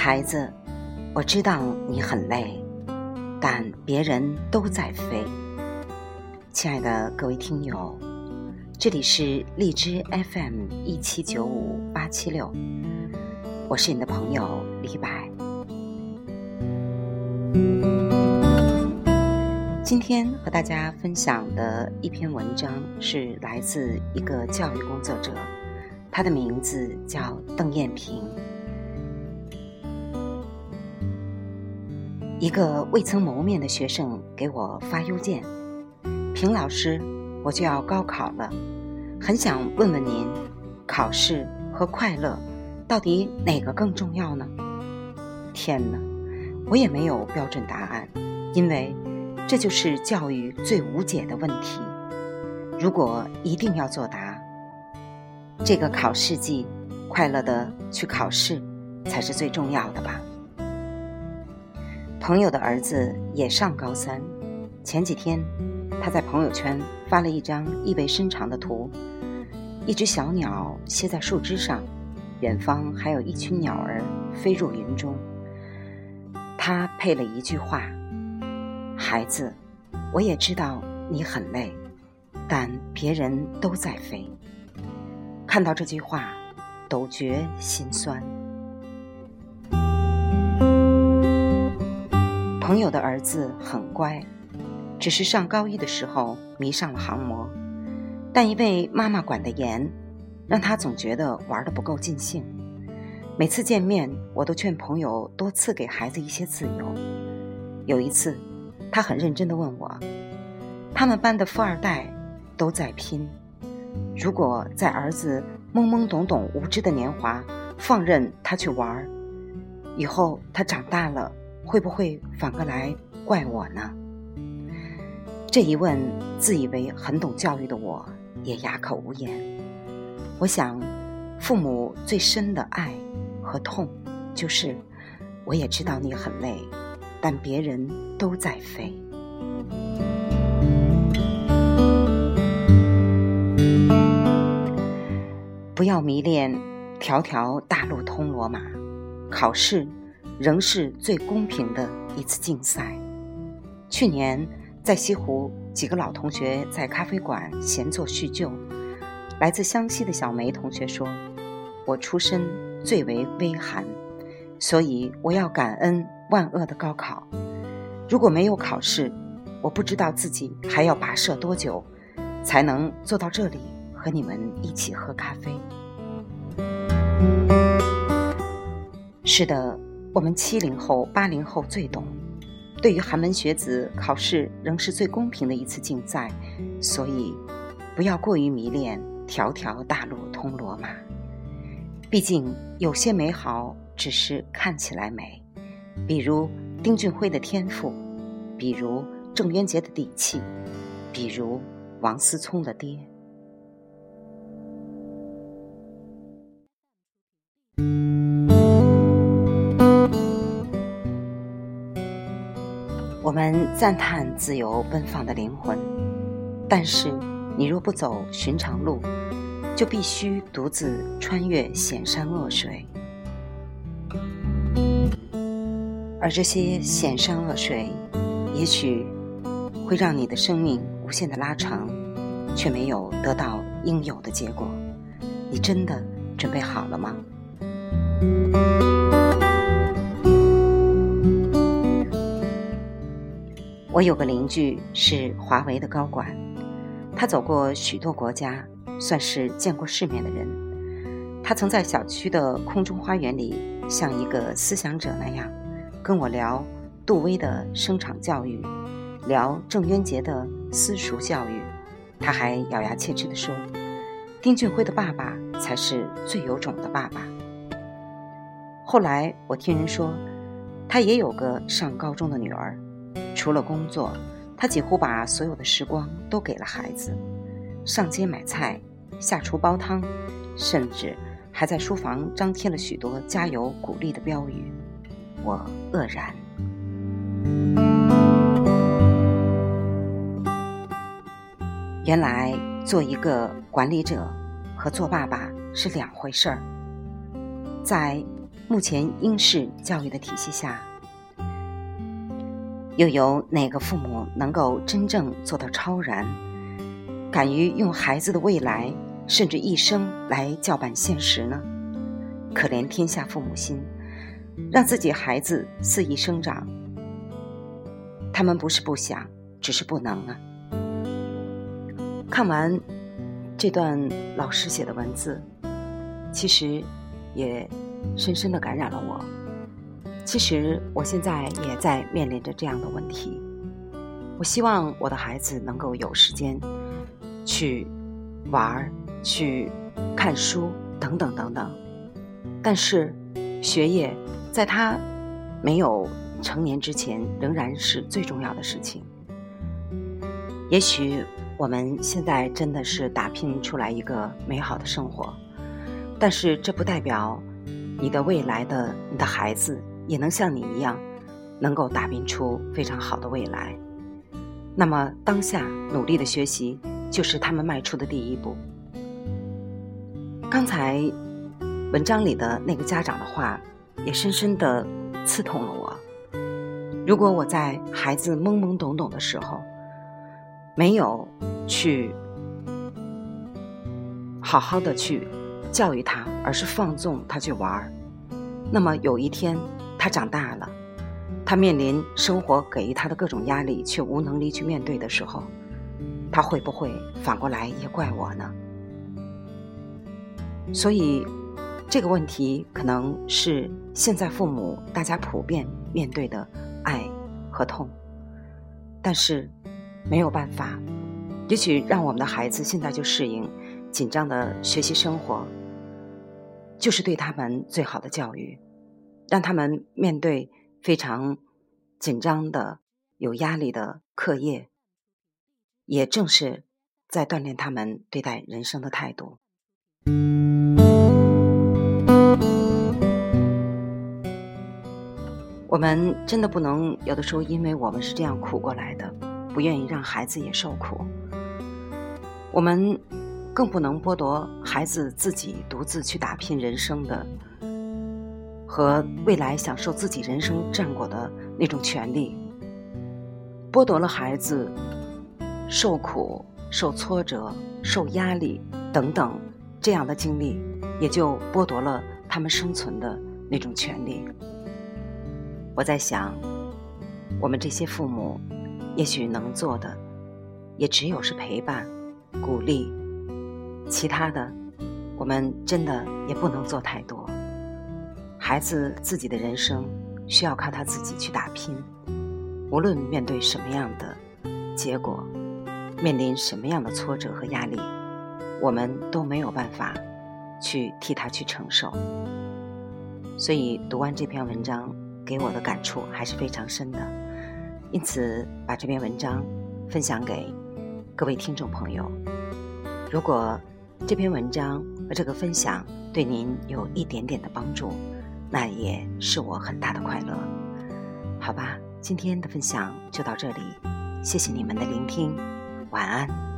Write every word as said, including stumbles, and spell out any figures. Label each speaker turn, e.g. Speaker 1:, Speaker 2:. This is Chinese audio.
Speaker 1: 孩子，我知道你很累，但别人都在飞。亲爱的各位听友，这里是荔枝 F M 一七九五八七六，我是你的朋友李白。今天和大家分享的一篇文章是来自一个教育工作者，他的名字叫邓艳萍。一个未曾谋面的学生给我发邮件，平老师，我就要高考了，很想问问您，考试和快乐到底哪个更重要呢？天哪，我也没有标准答案，因为这就是教育最无解的问题。如果一定要作答，这个考试季快乐的去考试才是最重要的吧。朋友的儿子也上高三，前几天他在朋友圈发了一张意味深长的图，一只小鸟歇在树枝上，远方还有一群鸟儿飞入云中。他配了一句话，孩子，我也知道你很累，但别人都在飞。看到这句话，陡觉心酸。朋友的儿子很乖，只是上高一的时候迷上了航模，但因为妈妈管得严，让他总觉得玩得不够尽兴。每次见面，我都劝朋友多赐给孩子一些自由。有一次，他很认真地问我，他们班的富二代都在拼，如果在儿子懵懵懂懂无知的年华放任他去玩，以后他长大了会不会反过来怪我呢？这一问，自以为很懂教育的我也哑口无言。我想，父母最深的爱和痛，就是我也知道你很累，但别人都在飞。不要迷恋条条大路通罗马，考试仍是最公平的一次竞赛。去年在西湖，几个老同学在咖啡馆闲坐叙旧。来自湘西的小梅同学说，我出身最为微寒，所以我要感恩万恶的高考。如果没有考试，我不知道自己还要跋涉多久才能坐到这里和你们一起喝咖啡。是的，我们七零后八零后最懂，对于寒门学子，考试仍是最公平的一次竞赛，所以不要过于迷恋条条大路通罗马。毕竟有些美好只是看起来美，比如丁俊晖的天赋，比如郑渊洁的底气，比如王思聪的爹。我们赞叹自由奔放的灵魂，但是你若不走寻常路，就必须独自穿越险山恶水。而这些险山恶水，也许会让你的生命无限的拉长，却没有得到应有的结果。你真的准备好了吗？我有个邻居是华为的高管，他走过许多国家，算是见过世面的人。他曾在小区的空中花园里像一个思想者那样跟我聊杜威的声场教育，聊郑渊洁的私塾教育。他还咬牙切齿地说，丁俊晖的爸爸才是最有种的爸爸。后来我听人说，他也有个上高中的女儿，除了工作，他几乎把所有的时光都给了孩子，上街买菜，下厨煲汤，甚至还在书房张贴了许多加油鼓励的标语。我愕然。原来做一个管理者和做爸爸是两回事儿。在目前英式教育的体系下，又有哪个父母能够真正做到超然，敢于用孩子的未来甚至一生来叫板现实呢？可怜天下父母心，让自己孩子肆意生长，他们不是不想，只是不能啊。看完这段老师写的文字，其实也深深地感染了我。其实我现在也在面临着这样的问题，我希望我的孩子能够有时间去玩，去看书等等等等，但是学业在他没有成年之前仍然是最重要的事情。也许我们现在真的是打拼出来一个美好的生活，但是这不代表你的未来的你的孩子也能像你一样能够打拼出非常好的未来。那么当下努力的学习就是他们迈出的第一步。刚才文章里的那个家长的话也深深地刺痛了我。如果我在孩子懵懵懂懂的时候没有去好好的去教育他，而是放纵他去玩，那么有一天他长大了，他面临生活给予他的各种压力却无能力去面对的时候，他会不会反过来也怪我呢？所以这个问题可能是现在父母大家普遍面对的爱和痛，但是没有办法，也许让我们的孩子现在就适应紧张的学习生活，就是对他们最好的教育，让他们面对非常紧张的有压力的课业，也正是在锻炼他们对待人生的态度。我们真的不能有的时候因为我们是这样苦过来的，不愿意让孩子也受苦，我们更不能剥夺孩子自己独自去打拼人生的和未来享受自己人生战果的那种权利。剥夺了孩子受苦、受挫折、受压力等等这样的经历，也就剥夺了他们生存的那种权利。我在想，我们这些父母也许能做的也只有是陪伴、鼓励，其他的我们真的也不能做太多。孩子自己的人生需要靠他自己去打拼，无论面对什么样的结果，面临什么样的挫折和压力，我们都没有办法去替他去承受。所以读完这篇文章给我的感触还是非常深的，因此把这篇文章分享给各位听众朋友。如果这篇文章和这个分享对您有一点点的帮助，那也是我很大的快乐。好吧，今天的分享就到这里，谢谢你们的聆听，晚安。